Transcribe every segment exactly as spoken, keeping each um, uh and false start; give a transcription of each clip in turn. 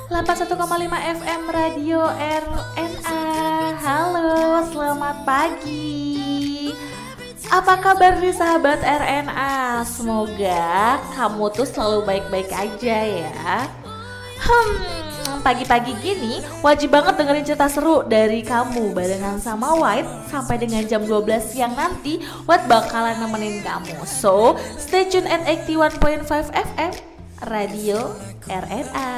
delapan puluh satu koma lima F M Radio R N A. Halo, selamat pagi. Apa kabar nih sahabat R N A? Semoga kamu tuh selalu baik-baik aja ya. Hmm, pagi-pagi gini wajib banget dengerin cerita seru dari kamu barengan sama White sampai dengan jam dua belas siang nanti. White bakalan nemenin kamu. So, stay tune at eighty-one point five F M Radio R N A.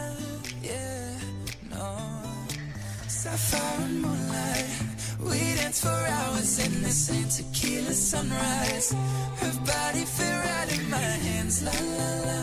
Sapphire and moonlight, we danced for hours in the same tequila sunrise. Her body fit right in my hands, la la la.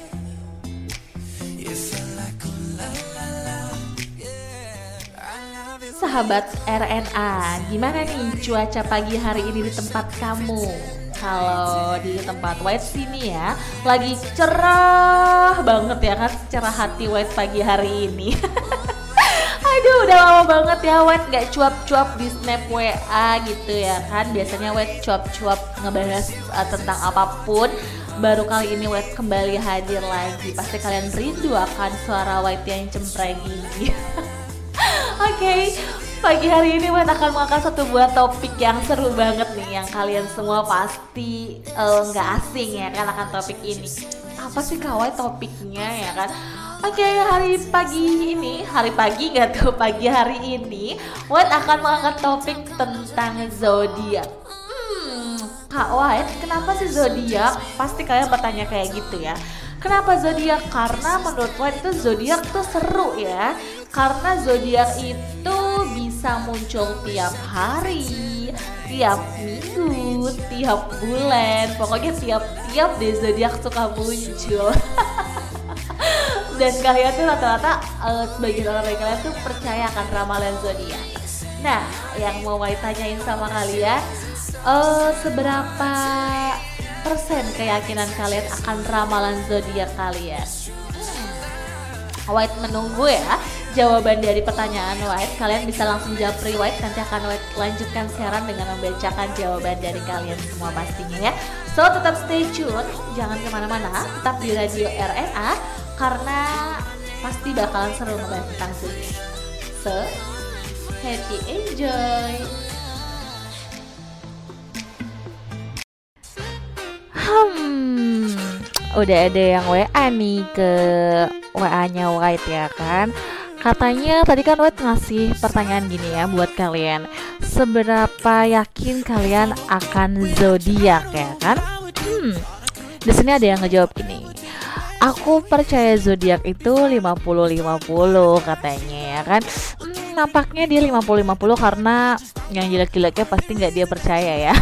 You felt like oh la la la, yeah. I love you. Sahabat R N A, gimana nih cuaca pagi hari ini di tempat kamu? Kalau di tempat White sini ya, lagi cerah banget ya kan, cerah hati White pagi hari ini. Aduh, udah lama banget ya White gak cuap-cuap di snap W A gitu ya kan. Biasanya White cuap-cuap ngebahas uh, tentang apapun. Baru kali ini White kembali hadir lagi. Pasti kalian rindu akan suara White yang cempreng ini. Oke, okay, pagi hari ini White akan mengangkat satu buah topik yang seru banget nih, yang kalian semua pasti uh, gak asing ya kan akan topik ini. Apa sih kawai topiknya ya kan? Oke, okay, hari pagi ini, hari pagi nggak tuh, pagi hari ini White akan mengangkat topik tentang zodiak. Hmm, Kak White, kenapa sih zodiak? Pasti kalian bertanya kayak gitu ya. Kenapa zodiak? Karena menurut White itu zodiak tuh seru ya. Karena zodiak itu bisa muncul tiap hari, tiap minggu, tiap bulan, pokoknya tiap-tiap deh zodiak suka muncul. Dan kalian tuh rata-rata uh, sebagian orang dari kalian tuh percaya akan ramalan zodiak. Nah, yang mau White tanyain sama kalian, uh, seberapa persen keyakinan kalian akan ramalan zodiak kalian? Hmm. White menunggu ya jawaban dari pertanyaan White. Kalian bisa langsung japri White, nanti akan White lanjutkan siaran dengan membacakan jawaban dari kalian semua pastinya ya. So, tetap stay tune, jangan kemana-mana, tetap di Radio R N A karena pasti bakalan seru ngebahas tentang zodiak. So, happy enjoy. Hmm, udah ada yang W A nih ke W A-nya White ya kan. Katanya tadi kan White ngasih pertanyaan gini ya buat kalian. Seberapa yakin kalian akan zodiak ya kan? Hmm, di sini ada yang ngejawab gini. Aku percaya zodiak itu lima puluh lima puluh katanya ya kan. Hmm, nampaknya dia lima puluh lima puluh karena yang jelek-jeleknya pasti nggak dia percaya ya.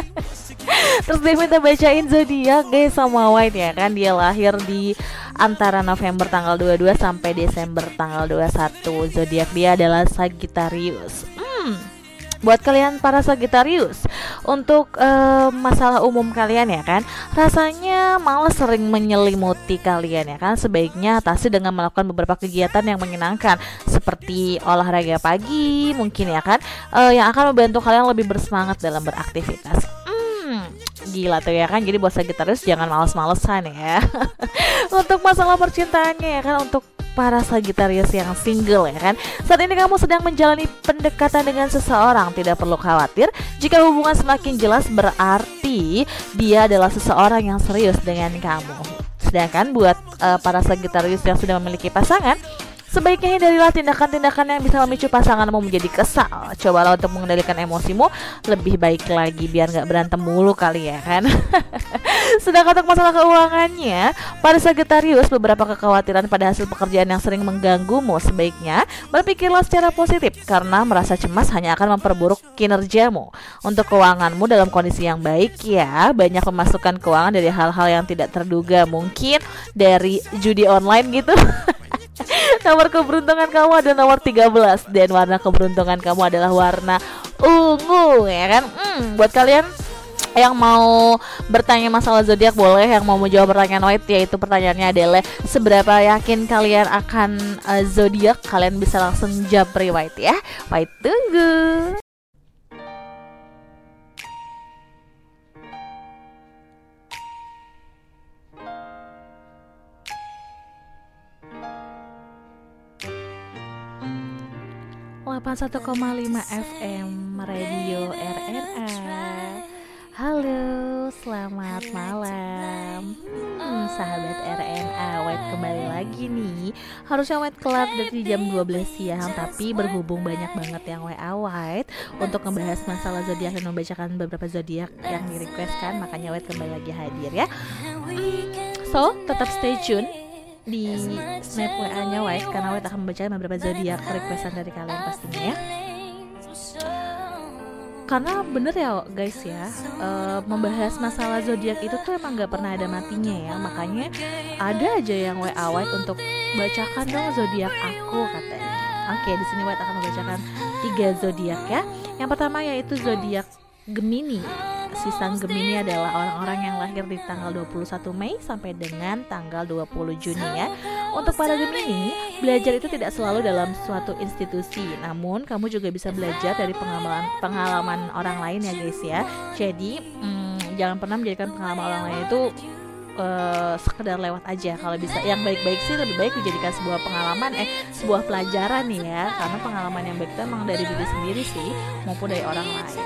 Terus dia minta bacain zodiak guys sama White ya kan. Dia lahir di antara November tanggal dua puluh dua sampai Desember tanggal dua puluh satu. Zodiak dia adalah Sagittarius. Hmm. Buat kalian para Sagittarius, untuk uh, masalah umum kalian ya kan, rasanya malah sering menyelimuti kalian ya kan. Sebaiknya atasi dengan melakukan beberapa kegiatan yang menyenangkan seperti olahraga pagi mungkin ya kan, uh, yang akan membantu kalian lebih bersemangat dalam beraktivitas. Hmm, gila tuh ya kan. Jadi buat Sagittarius jangan males-malesan ya. Untuk masalah percintaannya ya kan, untuk para Sagittarius yang single ya kan, saat ini kamu sedang menjalani pendekatan dengan seseorang. Tidak perlu khawatir, jika hubungan semakin jelas berarti dia adalah seseorang yang serius dengan kamu. Sedangkan buat uh, para Sagittarius yang sudah memiliki pasangan, sebaiknya hindarilah tindakan-tindakan yang bisa memicu pasanganmu menjadi kesal. Cobalah untuk mengendalikan emosimu lebih baik lagi biar gak berantem mulu kali ya kan. Sedangkan untuk masalah keuangannya, pada Sagittarius beberapa kekhawatiran pada hasil pekerjaan yang sering mengganggumu. Sebaiknya berpikirlah secara positif karena merasa cemas hanya akan memperburuk kinerjamu. Untuk keuanganmu dalam kondisi yang baik ya, banyak pemasukan keuangan dari hal-hal yang tidak terduga, mungkin dari judi online gitu. Nomor keberuntungan kamu adalah nomor tiga belas dan warna keberuntungan kamu adalah warna ungu ya kan. Hmm, buat kalian yang mau bertanya masalah zodiak boleh, yang mau menjawab pertanyaan White yaitu pertanyaannya adalah seberapa yakin kalian akan uh, zodiak, kalian bisa langsung japri White ya. White tunggu. delapan puluh satu koma lima F M Radio R N A. Halo, selamat malam hmm, sahabat R N A. White kembali lagi nih. Harusnya White kelar dari jam dua belas siang, tapi berhubung banyak banget yang W A White untuk membahas masalah zodiak dan membacakan beberapa zodiak yang di requestkan, makanya White kembali lagi hadir ya. So, tetap stay tune di snap W A-nya White karena White akan membaca beberapa zodiak requestan dari kalian pastinya ya. Karena bener ya guys ya, uh, membahas masalah zodiak itu tuh emang gak pernah ada matinya ya. Makanya ada aja yang W A White untuk bacakan dong zodiak aku katanya. Oke, di sini White akan membacakan tiga zodiak ya. Yang pertama yaitu zodiak Gemini. Si sang Gemini adalah orang-orang yang lahir di tanggal dua puluh satu Mei sampai dengan tanggal dua puluh Juni ya. Untuk para Gemini, belajar itu tidak selalu dalam suatu institusi, namun kamu juga bisa belajar dari pengalaman pengalaman orang lain ya guys ya. Jadi hmm, jangan pernah menjadikan pengalaman orang lain itu uh, sekedar lewat aja. Kalau bisa yang baik-baik sih lebih baik dijadikan sebuah pengalaman eh sebuah pelajaran nih ya. Karena pengalaman yang baik itu emang dari diri sendiri sih maupun dari orang lain.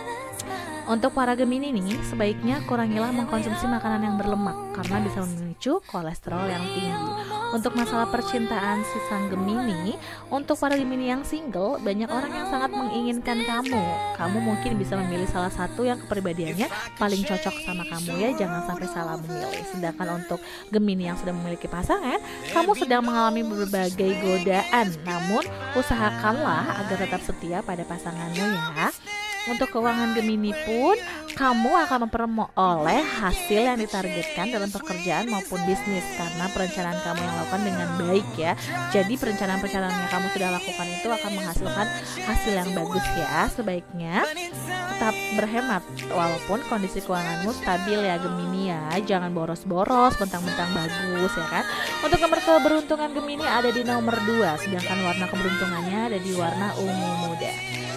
Untuk para Gemini nih, sebaiknya kurangilah mengkonsumsi makanan yang berlemak karena bisa memicu kolesterol yang tinggi. Untuk masalah percintaan si sang Gemini, untuk para Gemini yang single, banyak orang yang sangat menginginkan kamu. Kamu mungkin bisa memilih salah satu yang kepribadiannya paling cocok sama kamu ya, jangan sampai salah memilih. Sedangkan untuk Gemini yang sudah memiliki pasangan, kamu sedang mengalami berbagai godaan, namun usahakanlah agar tetap setia pada pasanganmu ya. Untuk keuangan Gemini pun, kamu akan memperoleh hasil yang ditargetkan dalam pekerjaan maupun bisnis karena perencanaan kamu yang lakukan dengan baik ya. Jadi perencanaan-perencanaan yang kamu sudah lakukan itu akan menghasilkan hasil yang bagus ya. Sebaiknya tetap berhemat walaupun kondisi keuanganmu stabil ya Gemini ya. Jangan boros-boros, bentang-bentang bagus ya kan. Untuk nomor keberuntungan Gemini ada di nomor dua, sedangkan warna keberuntungannya ada di warna ungu muda.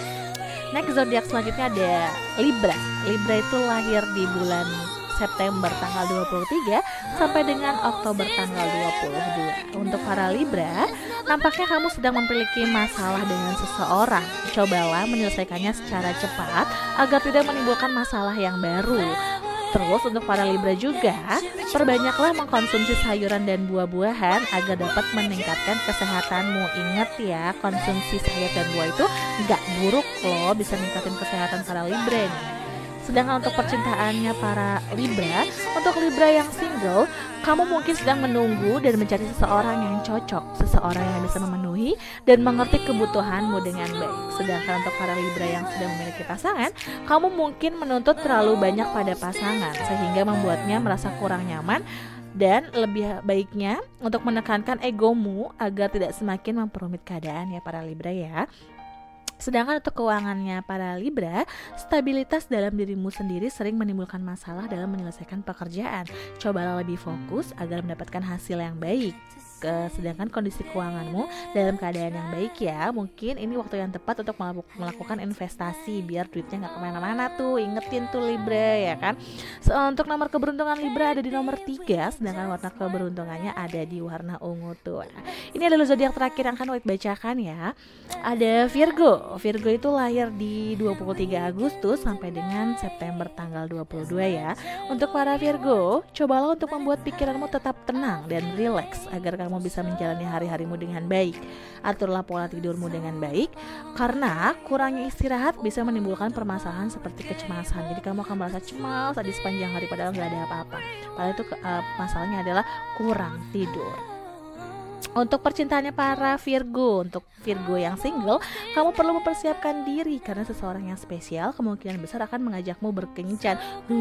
Next zodiak selanjutnya ada Libra. Libra itu lahir di bulan September tanggal dua puluh tiga sampai dengan Oktober tanggal dua puluh dua. Untuk para Libra, nampaknya kamu sedang memiliki masalah dengan seseorang. Cobalah menyelesaikannya secara cepat agar tidak menimbulkan masalah yang baru. Terus untuk para Libra juga, perbanyaklah mengkonsumsi sayuran dan buah-buahan agar dapat meningkatkan kesehatanmu. Ingat ya, konsumsi sayur dan buah itu gak buruk loh, bisa meningkatkan kesehatan para Libra nih. Sedangkan untuk percintaannya para Libra, untuk Libra yang single, kamu mungkin sedang menunggu dan mencari seseorang yang cocok, seseorang yang bisa memenuhi dan mengerti kebutuhanmu dengan baik. Sedangkan untuk para Libra yang sudah memiliki pasangan, kamu mungkin menuntut terlalu banyak pada pasangan sehingga membuatnya merasa kurang nyaman. Dan lebih baiknya untuk menekankan egomu agar tidak semakin memperumit keadaan ya para Libra ya. Sedangkan untuk keuangannya para Libra, stabilitas dalam dirimu sendiri sering menimbulkan masalah dalam menyelesaikan pekerjaan. Cobalah lebih fokus agar mendapatkan hasil yang baik. Sedangkan kondisi keuanganmu dalam keadaan yang baik ya. Mungkin ini waktu yang tepat untuk melakukan investasi biar duitnya gak kemana-mana tuh. Ingetin tuh Libra ya kan. So, untuk nomor keberuntungan Libra ada di nomor tiga, sedangkan warna keberuntungannya ada di warna ungu tua. Ini adalah zodiak terakhir yang akan White bacakan ya. Ada Virgo. Virgo itu lahir di dua puluh tiga Agustus sampai dengan September tanggal dua puluh dua ya. Untuk para Virgo, cobalah untuk membuat pikiranmu tetap tenang dan rileks agar kamu bisa menjalani hari-harimu dengan baik. Aturlah pola tidurmu dengan baik, karena kurangnya istirahat bisa menimbulkan permasalahan seperti kecemasan. Jadi kamu akan merasa cemas di sepanjang hari padahal gak ada apa-apa. Padahal itu uh, masalahnya adalah kurang tidur. Untuk percintaannya para Virgo, untuk Virgo yang single, kamu perlu mempersiapkan diri karena seseorang yang spesial kemungkinan besar akan mengajakmu berkencan.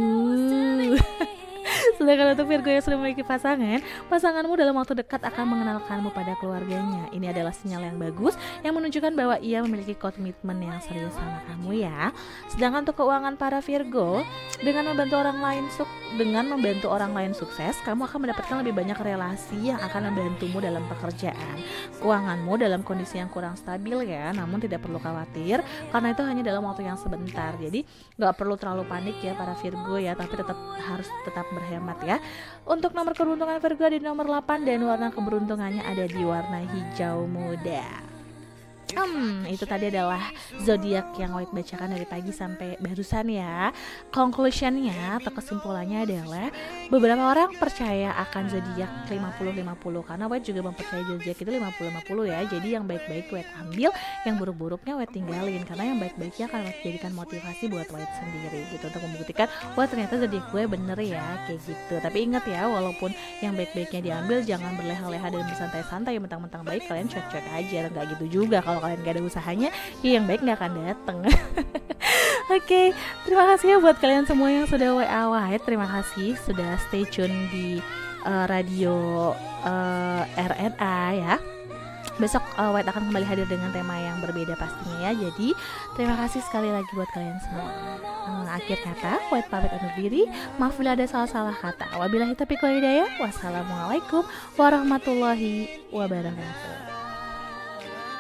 Uh. Sedangkan untuk Virgo yang sudah memiliki pasangan, pasanganmu dalam waktu dekat akan mengenalkanmu pada keluarganya. Ini adalah sinyal yang bagus yang menunjukkan bahwa ia memiliki komitmen yang serius sama kamu ya. Sedangkan untuk keuangan para Virgo, dengan membantu orang lain suk dengan membantu orang lain sukses, kamu akan mendapatkan lebih banyak relasi yang akan membantumu dalam pekerjaan. Keuanganmu dalam kondisi yang kurang stabil ya, namun tidak perlu khawatir karena itu hanya dalam waktu yang sebentar. Jadi nggak perlu terlalu panik ya para Virgo ya, tapi tetap harus tetap berhemat ya. Untuk nomor keberuntungan Virgo di nomor delapan dan warna keberuntungannya ada di warna hijau muda. Hmm, itu tadi adalah zodiak yang White bacakan dari pagi sampai barusan ya. Conclusionnya atau kesimpulannya adalah beberapa orang percaya akan zodiak lima puluh lima puluh karena White juga mempercayai zodiak itu lima puluh lima puluh ya. Jadi yang baik-baik White ambil, yang buruk-buruknya White tinggalin karena yang baik-baiknya akan White jadikan motivasi buat White sendiri gitu untuk membuktikan wah ternyata zodiak gue bener ya kayak gitu. Tapi ingat ya, walaupun yang baik-baiknya diambil, jangan berleha-leha dan bersantai-santai mentang-mentang baik kalian cuek-cuek aja. Nggak gitu juga, kalau kalian gak ada usahanya ya yang baik nggak akan dateng. Oke, okay, terima kasih ya buat kalian semua yang sudah W A White. Terima kasih sudah stay tune di uh, radio uh, R N A ya. Besok uh, White akan kembali hadir dengan tema yang berbeda pastinya ya. Jadi terima kasih sekali lagi buat kalian semua. uh, Akhir kata White pamit undur diri. Maaf bila ada salah-salah kata. Wabillahi taufiq wal hidayah. Wassalamualaikum warahmatullahi wabarakatuh.